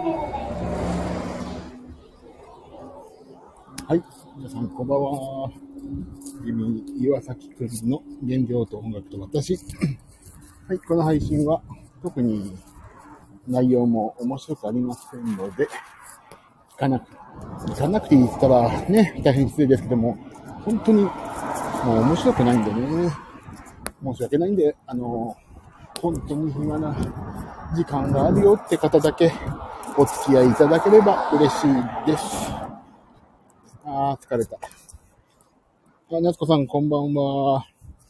はい、皆さんこんばんは。岩崎くんの現状と音楽と私。はい、この配信は特に内容も面白くありませんので、聞かなくていいって言ったらね、大変失礼ですけども、本当にもう面白くないんでね、申し訳ないんで、本当に暇な時間があるよって方だけお付き合いいただければ嬉しいです。疲れた。夏子さんこんばんは。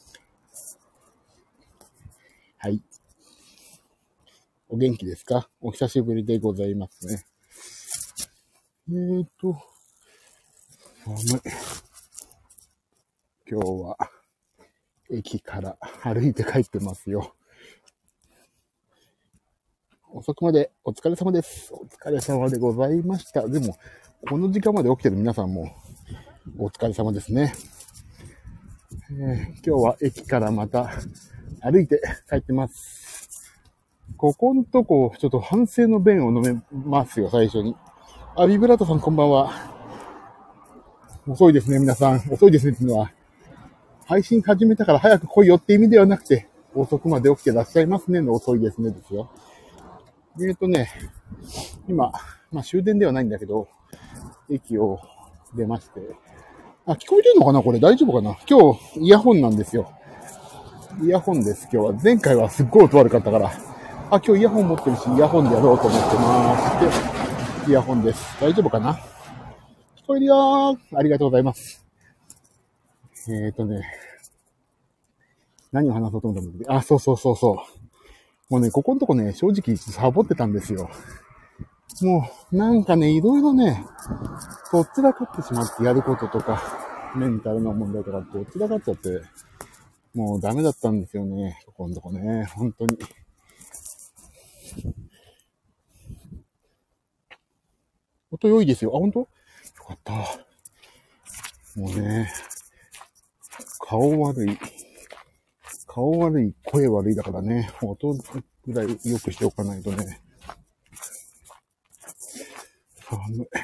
はい。お元気ですか？お久しぶりでございますね。寒い。今日は駅から歩いて帰ってますよ。遅くまでお疲れ様です。お疲れ様でございました。でも、この時間まで起きてる皆さんもお疲れ様ですね。今日は駅からまた歩いて帰ってます。ここんとこ、ちょっと反省の弁を飲めますよ、最初に。ビブラートさんこんばんは。遅いですね、皆さん。遅いですねっていうのは、配信始めたから早く来いよって意味ではなくて、遅くまで起きてらっしゃいますねの遅いですねですよ。今、終電ではないんだけど、駅を出まして。聞こえてるのかなこれ大丈夫かな？今日、イヤホンなんですよ。イヤホンです、今日は。前回はすっごい音悪かったから。今日イヤホン持ってるし、イヤホンでやろうと思ってまーす。イヤホンです。大丈夫かな？聞こえるよー。ありがとうございます。何を話そうと思ったんだっけ？そう。もうね、ここのとこね、正直サボってたんですよ。もう、なんかね、いろいろね、どっちらかってしまってやることとか、メンタルの問題とか、どっちらかっちゃって、もうダメだったんですよね、ここのとこね、本当に。音良いですよ。本当？よかった。もうね、顔悪い、声悪いだからね、音ぐらい良くしておかないとね。寒い。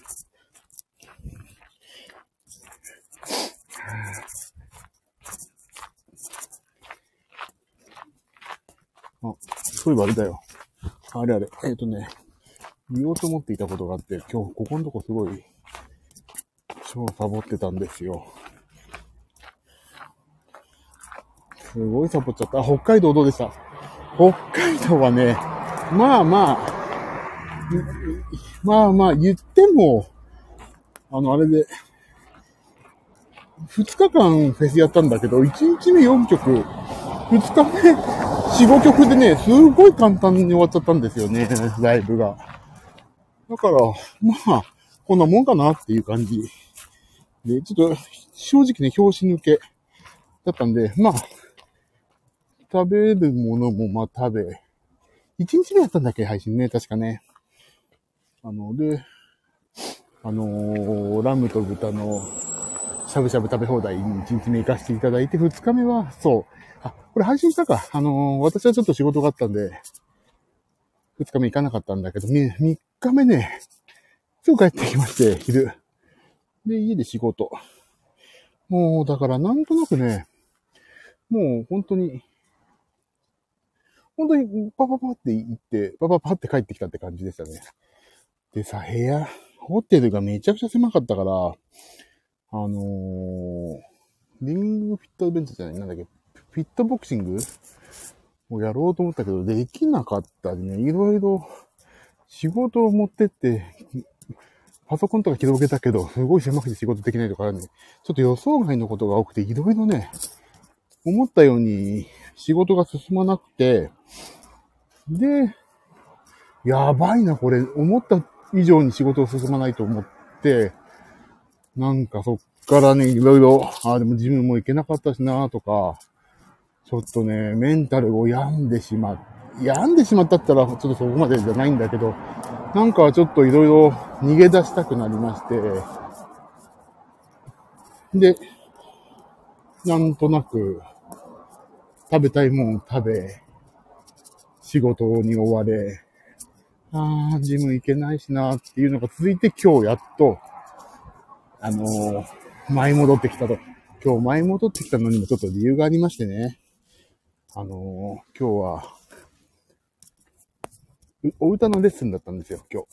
そういえばあれだよ。あれ。言おうと思っていたことがあって、今日ここのとこすごい、超サボってたんですよ。すごいサボっちゃった。北海道どうでした？北海道はね、まあ言っても、あれで、2日間フェスやったんだけど、1日目4曲、2日目4、5曲でね、すごい簡単に終わっちゃったんですよね、ライブが。だから、こんなもんかなっていう感じ。で、ちょっと、正直ね、拍子抜けだったんで、食べるものも食べ、1日目やったんだっけ、配信ね、確かね。ラムと豚のしゃぶしゃぶ食べ放題に1日目行かせていただいて、2日目は、これ配信したか。私はちょっと仕事があったんで、2日目行かなかったんだけど、3日目ね、すぐ帰ってきまして、昼。で、家で仕事。もう、だからなんとなくね、もう本当に、パって行って、パって帰ってきたって感じでしたね。でさ、ホテルがめちゃくちゃ狭かったから、リングフィットアドベンチャーじゃない、なんだっけ、フィットボクシングをやろうと思ったけど、できなかったりね、いろいろ仕事を持ってって、パソコンとか広げたけど、すごい狭くて仕事できないとかね、ちょっと予想外のことが多くて、いろいろね、思ったように仕事が進まなくて、で、やばいな、これ、思った以上に仕事を進まないと思って、なんかそっからね、いろいろ、でも自分も行けなかったしなとか、ちょっとね、メンタルを病んでしまったったら、ちょっとそこまでじゃないんだけど、なんかちょっといろいろ逃げ出したくなりまして、で、なんとなく、食べたいもん食べ、仕事に追われ、 ジム行けないしなっていうのが続いて今日やっと、舞い戻ってきたと。今日舞い戻ってきたのにもちょっと理由がありましてね。今日は、お歌のレッスンだったんですよ、今日。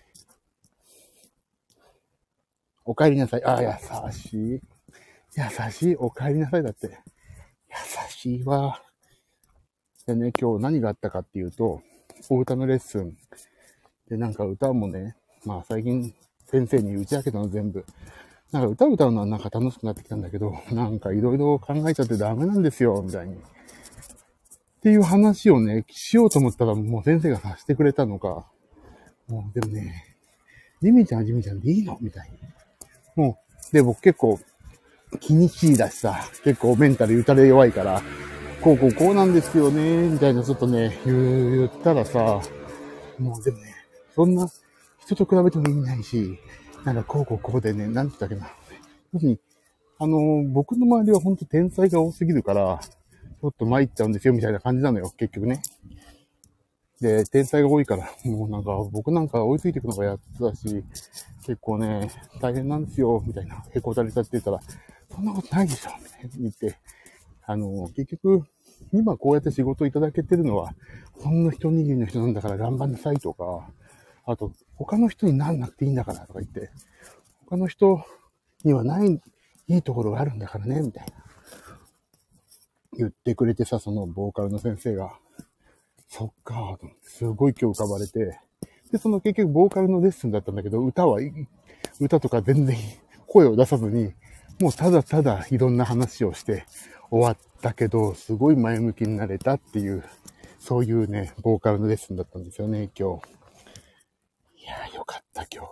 お帰りなさい。優しい。優しい。お帰りなさいだって。優しいわ。でね、今日何があったかっていうと、お歌のレッスン。で、なんか歌もね、まあ最近先生に打ち明けたの全部。なんか歌を歌うのはなんか楽しくなってきたんだけど、なんかいろいろ考えちゃってダメなんですよ、みたいに。っていう話をね、しようと思ったらもう先生がさせてくれたのか、もうでもね、ジミちゃんはジミちゃんでいいのみたいに。もう、で、僕結構気にしいだしさ、結構メンタル打たれ弱いから、こうなんですよね、みたいなちょっとね、言ったらさ、もうでもね、そんな人と比べても意味ないし、なんかこうでね、なんて言ったっけな。要するに、僕の周りは本当天才が多すぎるから、ちょっと参っちゃうんですよ、みたいな感じなのよ、結局ね。で、天才が多いから、もうなんか、僕なんか追いついていくのがやっとだし、結構ね、大変なんですよ、みたいな、へこたれちゃってたら、そんなことないでしょ、みたいな言って、結局、今こうやって仕事いただけてるのは、ほんの一握りの人なんだから頑張んなさいとか、あと、他の人になんなくていいんだからとか言って、他の人にはない、いいところがあるんだからね、みたいな。言ってくれてさ、そのボーカルの先生が、そっかーと思って、すごい今日浮かばれて、で、その結局ボーカルのレッスンだったんだけど、歌とか全然声を出さずに、もうただただいろんな話をして終わったけど、すごい前向きになれたっていう、そういうね、ボーカルのレッスンだったんですよね、今日。いやーよかった、今日は。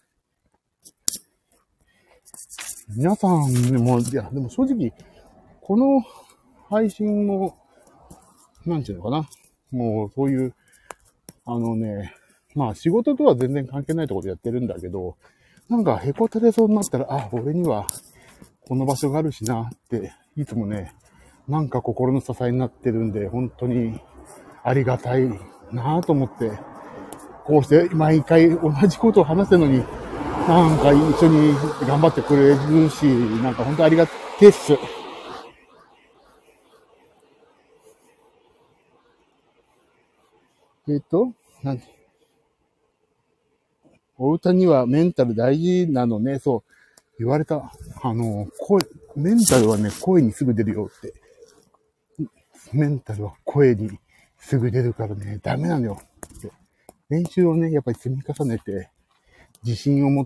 皆さんね、もう、いや、でも正直、この配信も、なんていうのかな。もう、そういう、まあ仕事とは全然関係ないところでやってるんだけど、なんかへこたれそうになったら、俺にはこの場所があるしなって、いつもね、なんか心の支えになってるんで、本当にありがたいなと思って、こうして毎回同じことを話してるのに、なんか一緒に頑張ってくれるし、なんか本当ありがてえっす。えっと、なんお歌にはメンタル大事なのね、そう言われた。メンタルはね、声にすぐ出るよって。メンタルは声にすぐ出るからね、ダメなのよって。練習をね、やっぱり積み重ねて、自信を持って、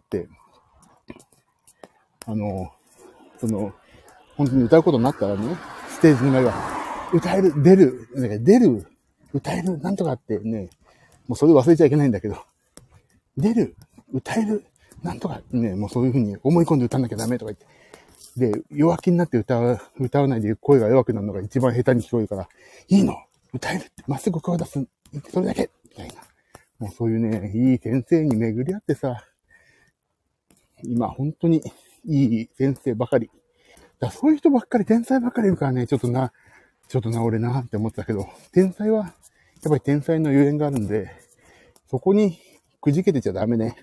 あの、本当に歌うことになったらね、ステージの前は、歌える、出る、歌える、なんとかってね、もうそれ忘れちゃいけないんだけど、出る、歌える、なんとかね、もうそういう風に思い込んで歌わなきゃダメとか言って、で、弱気になって歌わないで声が弱くなるのが一番下手に聞こえるから、いいの歌えるって、まっすぐ声を出す、それだけみたいな。もうそういうね、いい先生に巡り合ってさ、今本当にいい先生ばかり。そういう人ばっかり、天才ばっかりいるからね、ちょっとな俺なって思ってたけど、天才は、やっぱり天才のゆえんがあるんで、そこにくじけてちゃダメね。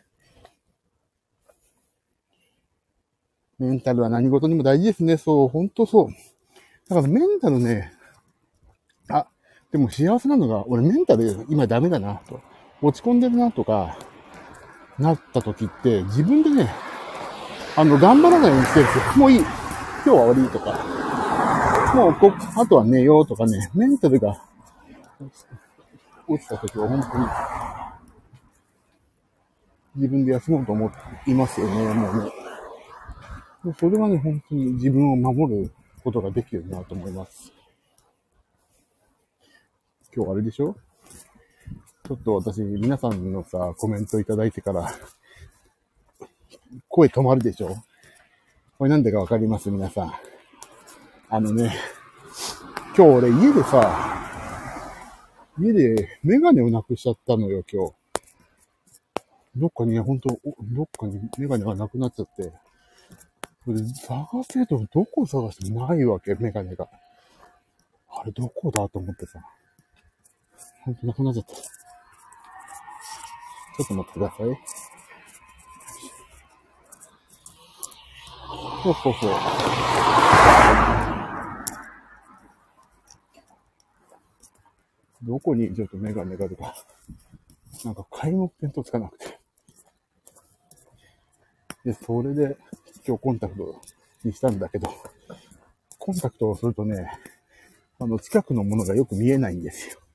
メンタルは何事にも大事ですね。そう、ほんとそう。だからメンタルね、でも幸せなのが、俺メンタル今ダメだなと、落ち込んでるなとか、なった時って、自分でね、頑張らないようにしてるんですよ。もういい。今日は終わりとか、もうあとは寝ようとかね、メンタルが落ちた時は本当に自分で休もうと思いますよね、もうね。それはね、本当に自分を守ることができるなと思います。今日あれでしょ？ちょっと私、皆さんのさ、コメントいただいてから、声止まるでしょ？これなんでかわかります？皆さん。今日俺家でメガネをなくしちゃったのよ、今日。どっかにね、どっかにメガネがなくなっちゃって。それで探せと、どこ探してもないわけ、メガネが。あれどこだと思ってさ。ほんとなくなっちゃった。 ちょっと待ってください。そうそうそう。どこにちょっとメガネがあるか。なんか買い物見当つかなくて。で、それで今日コンタクトにしたんだけど、コンタクトをするとね、近くのものがよく見えないんですよ。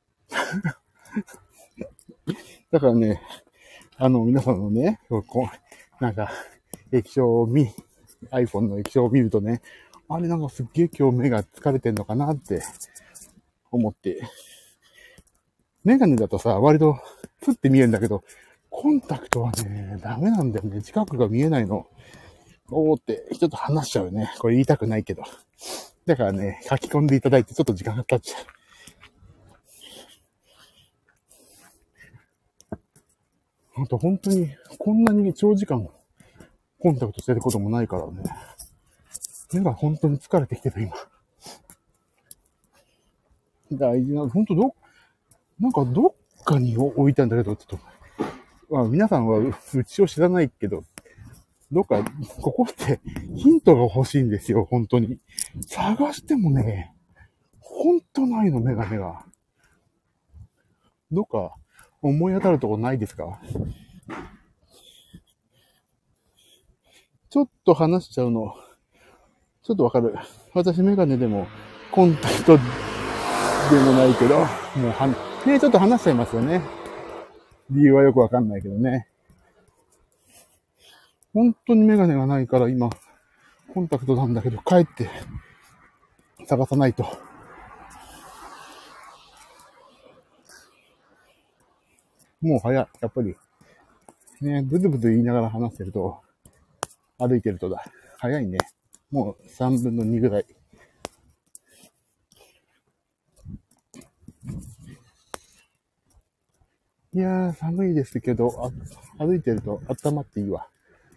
だからね、皆さんのね、なんか、液晶をiPhone の液晶を見るとね、あれなんかすっげえ今日目が疲れてんのかなって思って。メガネだとさ、割とプって見えるんだけど、コンタクトはね、ダメなんだよね。近くが見えないの。おーって人と話しちゃうよね。これ言いたくないけど。だからね、書き込んでいただいてちょっと時間が経っちゃう。本当に、こんなに長時間コンタクトしてることもないからね。目が本当に疲れてきてる今。大事な、本当なんかどっかに置いたんだけど、ちょっと、皆さんはうちを知らないけど、どっか、ここってヒントが欲しいんですよ、本当に。探してもね、本当ないの、メガネが。どっか思い当たるとこないですか？ちょっと話しちゃうの、ちょっとわかる。私メガネでも、コンタクトでもないけど、もうね、ちょっと話しちゃいますよね。理由はよくわかんないけどね。本当にメガネがないから今、コンタクトなんだけど、帰って探さないと。もう早い。やっぱり。ね、ブツブツ言いながら話してると、歩いてるとだ。早いね。もう3分の2ぐらい。いやー、寒いですけど、歩いてると温まっていいわ。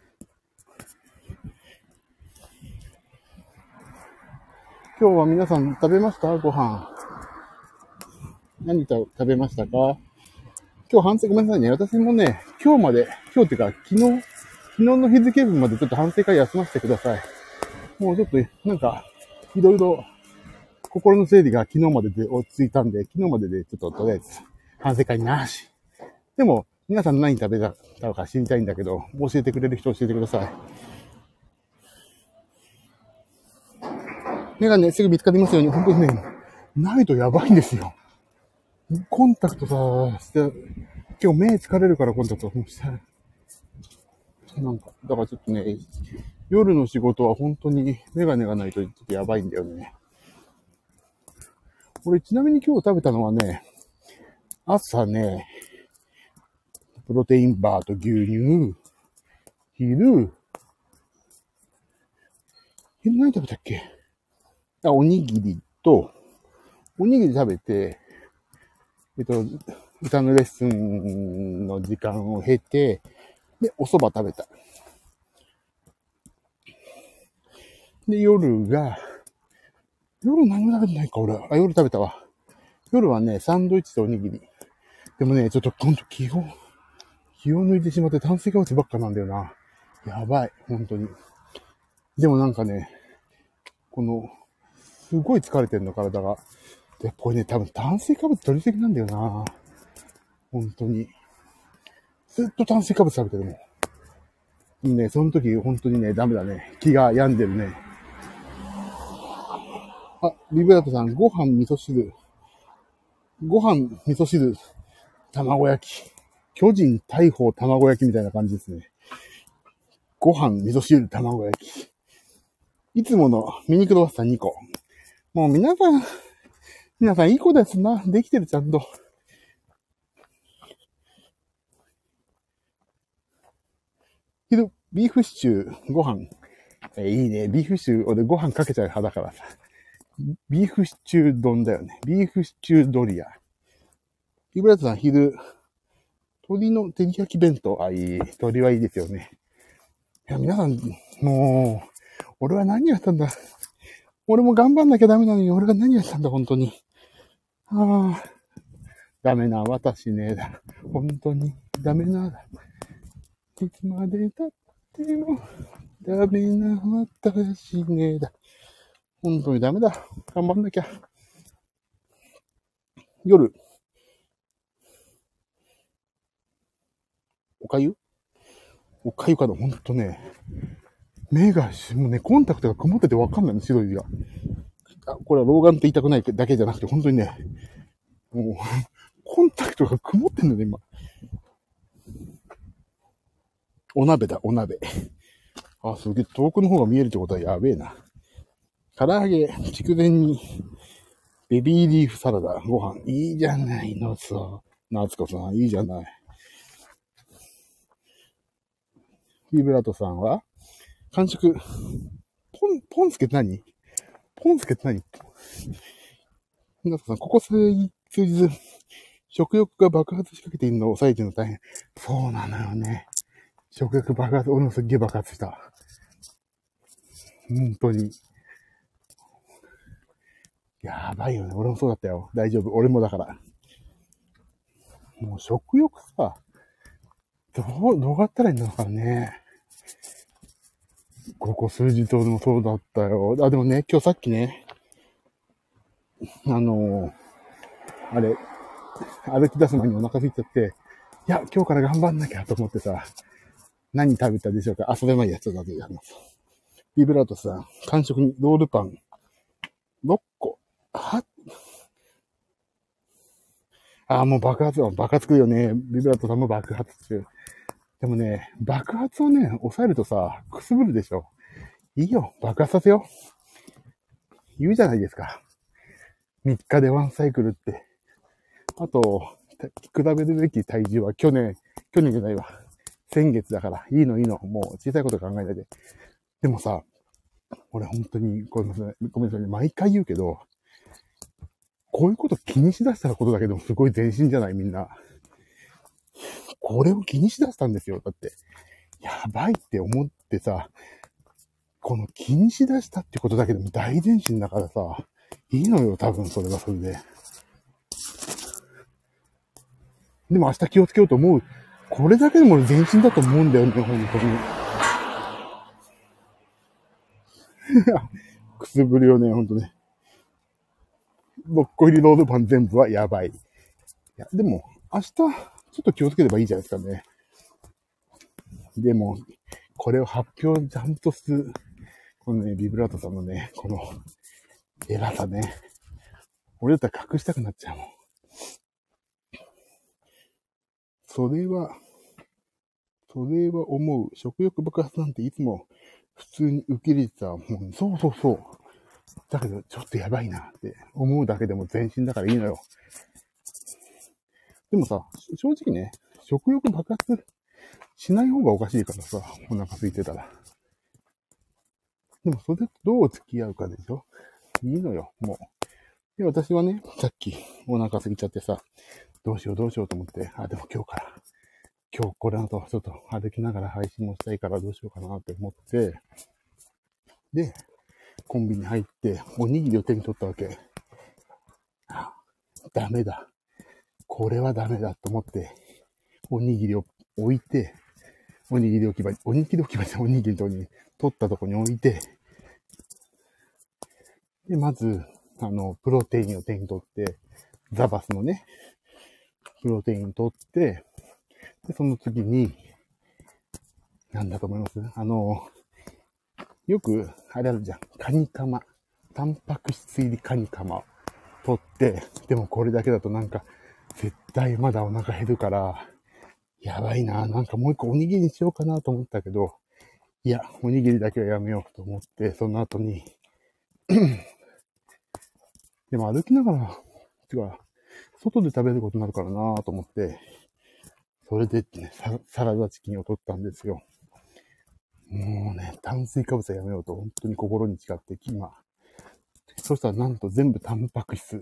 今日は皆さん食べました？ご飯。何食べましたか？今日反省ごめんなさいね。私もね、今日っていうか昨日の日付分までちょっと反省会休ませてください。もうちょっと、なんか、いろいろ心の整理が昨日までで落ち着いたんで、昨日まででちょっととりあえず反省会なし。でも、皆さん何食べたのか知りたいんだけど、教えてくれる人教えてください。メガネすぐ見つかりますように、本当にね、ないとやばいんですよ。コンタクトさ、今日目疲れるからコンタクトした。なんか、だからちょっとね、夜の仕事は本当にメガネがないとちょっとやばいんだよね。俺ちなみに今日食べたのはね、朝ね、プロテインバーと牛乳、昼何食べたっけ？おにぎり食べて、歌のレッスンの時間を経て、で、お蕎麦食べた。で、夜何も食べてないか、俺。夜食べたわ。夜はね、サンドイッチとおにぎり。でもね、ちょっとほんと気を抜いてしまって炭水化物ばっかなんだよな。やばい、本当に。でもなんかね、すごい疲れてるの、体が。で、これね、多分炭水化物取りすぎなんだよな。本当に。ずっと炭水化物食べてるもん。でもね、その時本当にね、ダメだね。気が病んでるね。ビブラートさん、ご飯味噌汁、卵焼き。巨人大砲卵焼きみたいな感じですね。ご飯味噌汁卵焼き。いつものミニクロワッサン2個。もう皆さんいい子ですな。できてる、ちゃんと。昼、ビーフシチュー、ご飯。いいね。ビーフシチュー、俺ご飯かけちゃう派だからさ。ビーフシチュー丼だよね。ビーフシチュードリア。ビブラートさん、昼、鶏の照り焼き弁当。いい。鶏はいいですよね。いや、皆さん、もう、俺は何やったんだ。俺も頑張んなきゃダメなのに、俺が何やったんだ、本当に。ダメな私ね。本当に。 ダメな、いつまで経っても、ダメな私ねだ。本当にダメだ。頑張んなきゃ。夜、おかゆかな、ほんとね。目が、もうね、コンタクトが曇っててわかんないの、白い字が。これは老眼って言いたくないだけじゃなくて、本当にね、もう、コンタクトが曇ってんのね、今。お鍋だ、お鍋。あ、すげえ、遠くの方が見えるってことはやべえな。唐揚げ、筑前煮、ベビーリーフサラダ、ご飯。いいじゃないの、そう。夏子さん、いいじゃない。ビブラートさんは完食。ポンスケって何？ポンスケって何？夏子さん、ここ数日、食欲が爆発しかけているのを抑えてるの大変。そうなのよね。食欲爆発、俺もすっげえ爆発した。本当に。やばいよね。俺もそうだったよ。大丈夫。俺もだから。もう食欲さ、どうやったらいいんだろうからね。ここ数日もそうだったよ。あ、でもね、今日さっきね、あれ、歩き出す前にお腹空いちゃって、いや、今日から頑張んなきゃと思ってさ、何食べたでしょうか？あ、それまでやつだけやります。ビブラートさん、完食にロールパン、6個。もう爆発くるよね。ビブラートさんも爆発中。でもね、爆発をね、抑えるとさ、くすぶるでしょ。いいよ、爆発させよう。言うじゃないですか。3日でワンサイクルって。あと、比べるべき体重は去年じゃないわ。先月だから。いいの。もう小さいこと考えないで。でもさ、俺本当にごめんなさいね。毎回言うけど、こういうこと気にしだしたことだけでもすごい前進じゃないみんな。これを気にしだしたんですよ。だって。やばいって思ってさ、この気にしだしたってことだけでも大前進だからさ、いいのよ、多分それはそれで。でも明日気をつけようと思う。これだけでも前進だと思うんだよね、本当に。くすぶるよね、本当ね。6個入りロールパン全部はやばい。いや、でも、明日、ちょっと気をつければいいじゃないですかね。でも、これを発表ちゃんとする、このね、ビブラートさんのね、この、偉さね。俺だったら隠したくなっちゃうもん。それは思う。食欲爆発なんていつも普通に受け入れてたもん。そう。だけど、ちょっとやばいなって思うだけでも前進だからいいのよ。でもさ、正直ね、食欲爆発しない方がおかしいからさ、お腹空いてたら。でもそれとどう付き合うかでしょ？いいのよ、もう。で、私はね、さっきお腹空いちゃってさ、どうしようと思って、でも今日これの後ちょっと歩きながら配信もしたいからどうしようかなって思って、で、コンビニ入っておにぎりを手に取ったわけ。ダメだ。これはダメだと思って、おにぎりを置いて、おにぎり置き場でおにぎりのとこに取ったとこに置いて、で、まず、プロテインを手に取って、ザバスのね、プロテイン取って、で、その次に、なんだと思います？よく、あれあるじゃん。カニカマ。タンパク質入りカニカマを取って、でもこれだけだとなんか、絶対まだお腹減るから、やばいな。なんかもう一個おにぎりにしようかなと思ったけど、いや、おにぎりだけはやめようと思って、その後に、でも歩きながら、外で食べることになるからなと思って、それでね、サラダチキンを取ったんですよ。もうね、炭水化物はやめようと本当に心に誓って今。そしたらなんと全部タンパク質。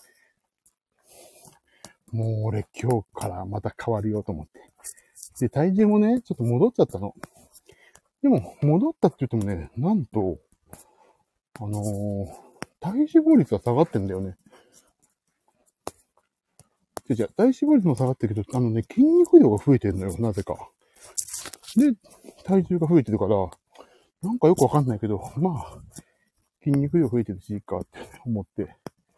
もう俺今日からまた変わるよと思って。で、体重もね、ちょっと戻っちゃったの。でも、戻ったって言ってもね、なんと、体脂肪率が下がってんだよね。 じゃ体脂肪率も下がってるけど、筋肉量が増えてるのよ、なぜか。で、体重が増えてるから、なんかよくわかんないけど、まあ、筋肉量増えてるし、いいかって思って。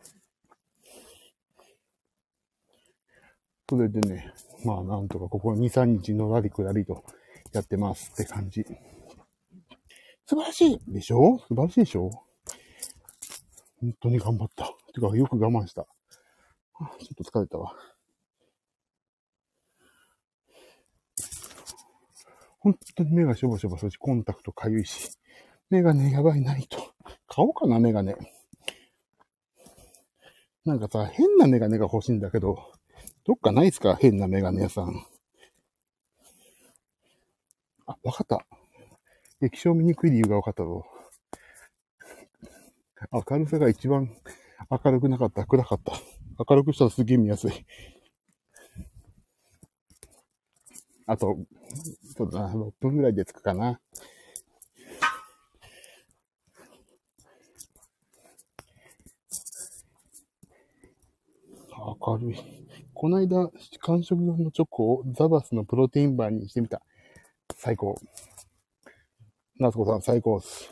それでね、まあなんとかここ2、3日のらりくらりとやってますって感じ。素晴らしいでしょ？素晴らしいでしょ？本当に頑張った。てか、よく我慢した。ちょっと疲れたわ。本当に目がしょぼしょぼするし、コンタクトかゆいし。メガネやばいないと。買おうかな、メガネ。なんかさ、変なメガネが欲しいんだけど、どっかないっすか？変なメガネ屋さん。あ、わかった。液晶見にくい理由がわかったぞ。明るさが一番明るくなかった。暗かった。明るくしたらすげえ見やすい。あと、そうだな、6分ぐらいで着くかな。明るい。この間、完食用のチョコをザバスのプロテインバーにしてみた。最高。夏子さん、最高っす。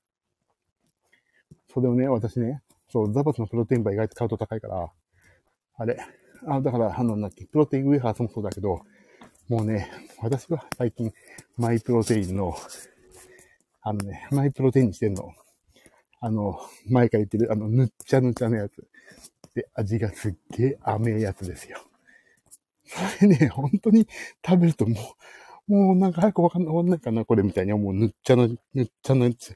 それをね、私ね、そう、ザバスのプロテインバー意外と買うと高いから、あれ。だから、なんだっけ、プロテインウェハースもそうだけど、もうね、私は最近、マイプロテインの、マイプロテインにしてんの。前から言ってる、ぬっちゃぬちゃのやつ。で、味がすっげえ甘いやつですよ。それね、本当に食べるともうなんか早くわかんないかな、これみたいに、もうぬっちゃのやつ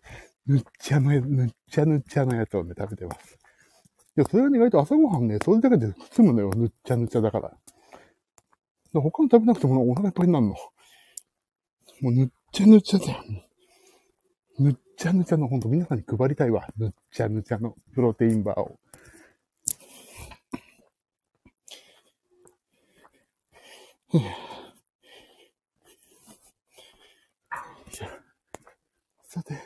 をね、食べてます。で、それがね、意外と朝ごはんね、それだけで済むのよ、ぬっちゃぬちゃだから。他の食べなくてもお腹いっぱいになるの。もうぬっちゃぬちゃだよ。ぬっちゃぬちゃの、ほんと皆さんに配りたいわ。ぬっちゃぬちゃのプロテインバーを。さて。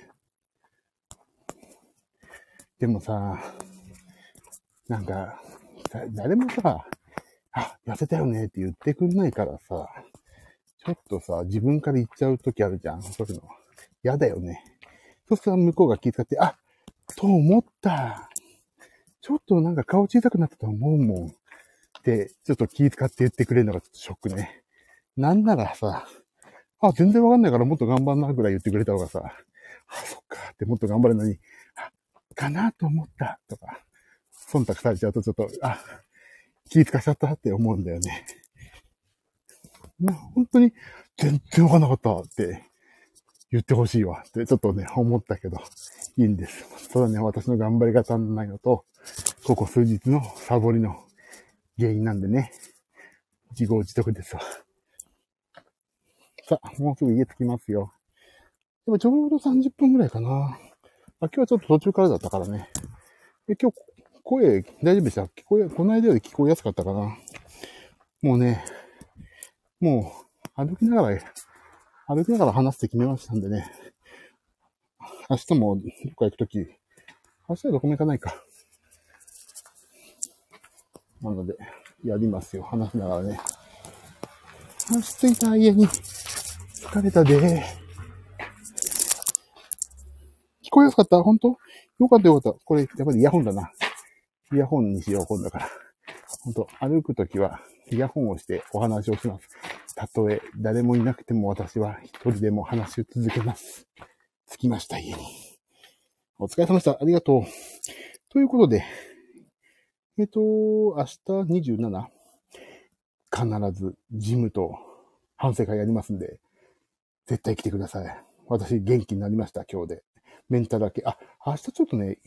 でもさ、なんか、誰もさ、痩せたよねって言ってくんないからさ、ちょっとさ、自分から言っちゃうときあるじゃん。そういうの。嫌だよね。そうすると向こうが気遣って、と思った。ちょっとなんか顔小さくなったと思うもん。って、ちょっと気遣って言ってくれるのがちょっとショックね。なんならさ、全然わかんないからもっと頑張んなぐらい言ってくれた方がさ、そっかってもっと頑張るのに、かなと思ったとか、忖度されちゃうとちょっと、気遣っちゃったって思うんだよね。本当に全然わかんなかったって言ってほしいわってちょっとね、思ったけど、いいんです。ただね、私の頑張り方ないのと、ここ数日のサボりの原因なんでね、自業自得ですわ。さあ、もうすぐ家着きますよ。でもちょうど30分ぐらいかな。今日はちょっと途中からだったからね。今日、声大丈夫でした？この間より聞こえやすかったかな。もうね、もう歩きながら話すって決めましたんでね。明日もどっか行くとき、明日はどこも行かないか。なので、やりますよ。話しながらね。着いた家に疲れたで。聞こえやすかった？本当？よかったよかった。これ、やっぱりイヤホンだな。イヤホンにしよう、今度から。本当歩くときは、イヤホンをしてお話をします。たとえ誰もいなくても私は一人でも話し続けます。着きました、家に。お疲れ様でした。ありがとう。ということで、明日 27? 必ずジムと反省会やりますんで、絶対来てください。私元気になりました、今日で。メンタルだけ。明日ちょっとね、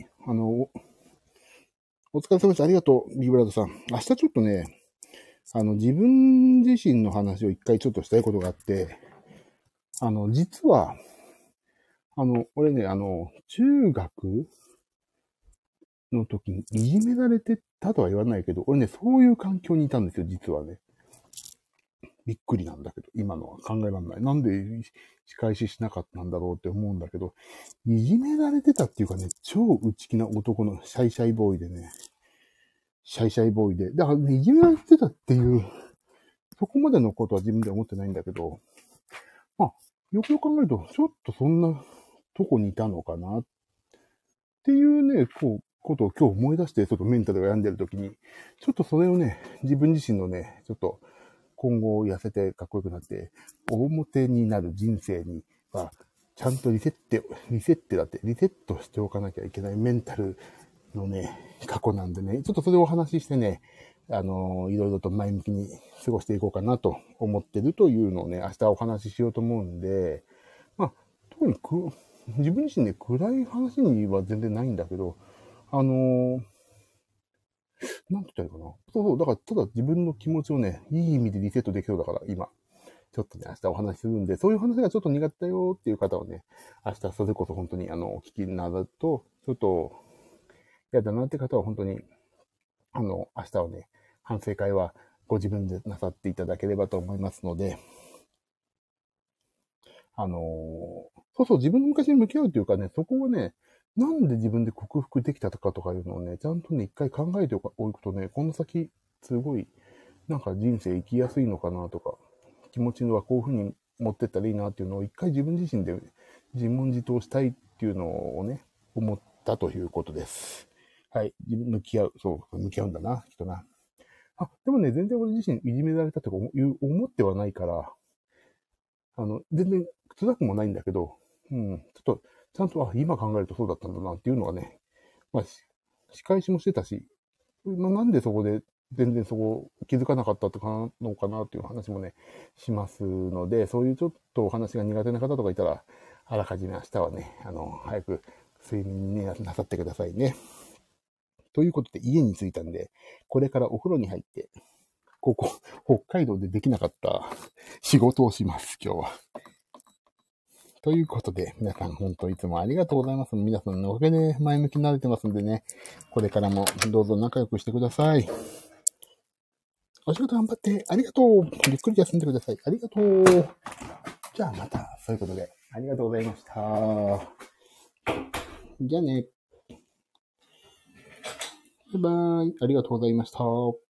お疲れ様です。ありがとう、ビブラードさん。明日ちょっとね、自分自身の話を一回ちょっとしたいことがあって、実は、俺ね、中学の時にいじめられてたとは言わないけど、俺ね、そういう環境にいたんですよ、実はね。びっくりなんだけど、今のは考えられない。なんで仕返ししなかったんだろうって思うんだけど、いじめられてたっていうかね、超内気な男のシャイシャイボーイでね、 シャイシャイボーイで。だからね、いじめられてたっていう、そこまでのことは自分では思ってないんだけど、まあ、よくよく考えると、ちょっとそんなとこにいたのかなっていうね、ことを今日思い出して、ちょっとメンタルが病んでる時に、ちょっとそれをね、自分自身のね、ちょっと今後痩せてかっこよくなって、表になる人生には、ちゃんとリセットしておかなきゃいけないメンタルのね、過去なんでね、ちょっとそれをお話ししてね、いろいろと前向きに過ごしていこうかなと思ってるというのをね、明日お話ししようと思うんで、まあ、特に自分自身で暗い話には全然ないんだけど、なんて言ったらいいかな。そう、だからただ自分の気持ちをね、いい意味でリセットできそうだから、今。ちょっとね、明日お話しするんで、そういう話がちょっと苦手だよっていう方はね、明日それこそ本当にお聞きになると、ちょっと嫌だなって方は本当に、明日はね、反省会はご自分でなさっていただければと思いますので、そうそう、自分の昔に向き合うというかね、そこをね、なんで自分で克服できたかとかいうのをね、ちゃんとね、一回考えておくとね、この先、すごい、なんか人生生きやすいのかなとか、気持ちはこういう風に持ってったらいいなっていうのを一回自分自身で自問自答したいっていうのをね、思ったということです。はい。自分向き合う。そう、向き合うんだな、きっとな。あ、でもね、全然俺自身いじめられたとか思ってはないから、全然辛くもないんだけど、ちょっと、ちゃんと、今考えるとそうだったんだなっていうのがね、まあ、仕返しもしてたし、なんでそこで全然そこ気づかなかったのかなっていう話もね、しますので、そういうちょっとお話が苦手な方とかいたら、あらかじめ明日はね、早く睡眠になさってくださいね。ということで家に着いたんで、これからお風呂に入って、北海道でできなかった仕事をします、今日は。ということで、皆さん本当いつもありがとうございます。皆さんのおかげで前向きになれてますんでね、これからもどうぞ仲良くしてください。お仕事頑張って、ありがとう。ゆっくり休んでください。ありがとう。じゃあまた、そういうことで、ありがとうございました。じゃあね。バイバイ。ありがとうございました。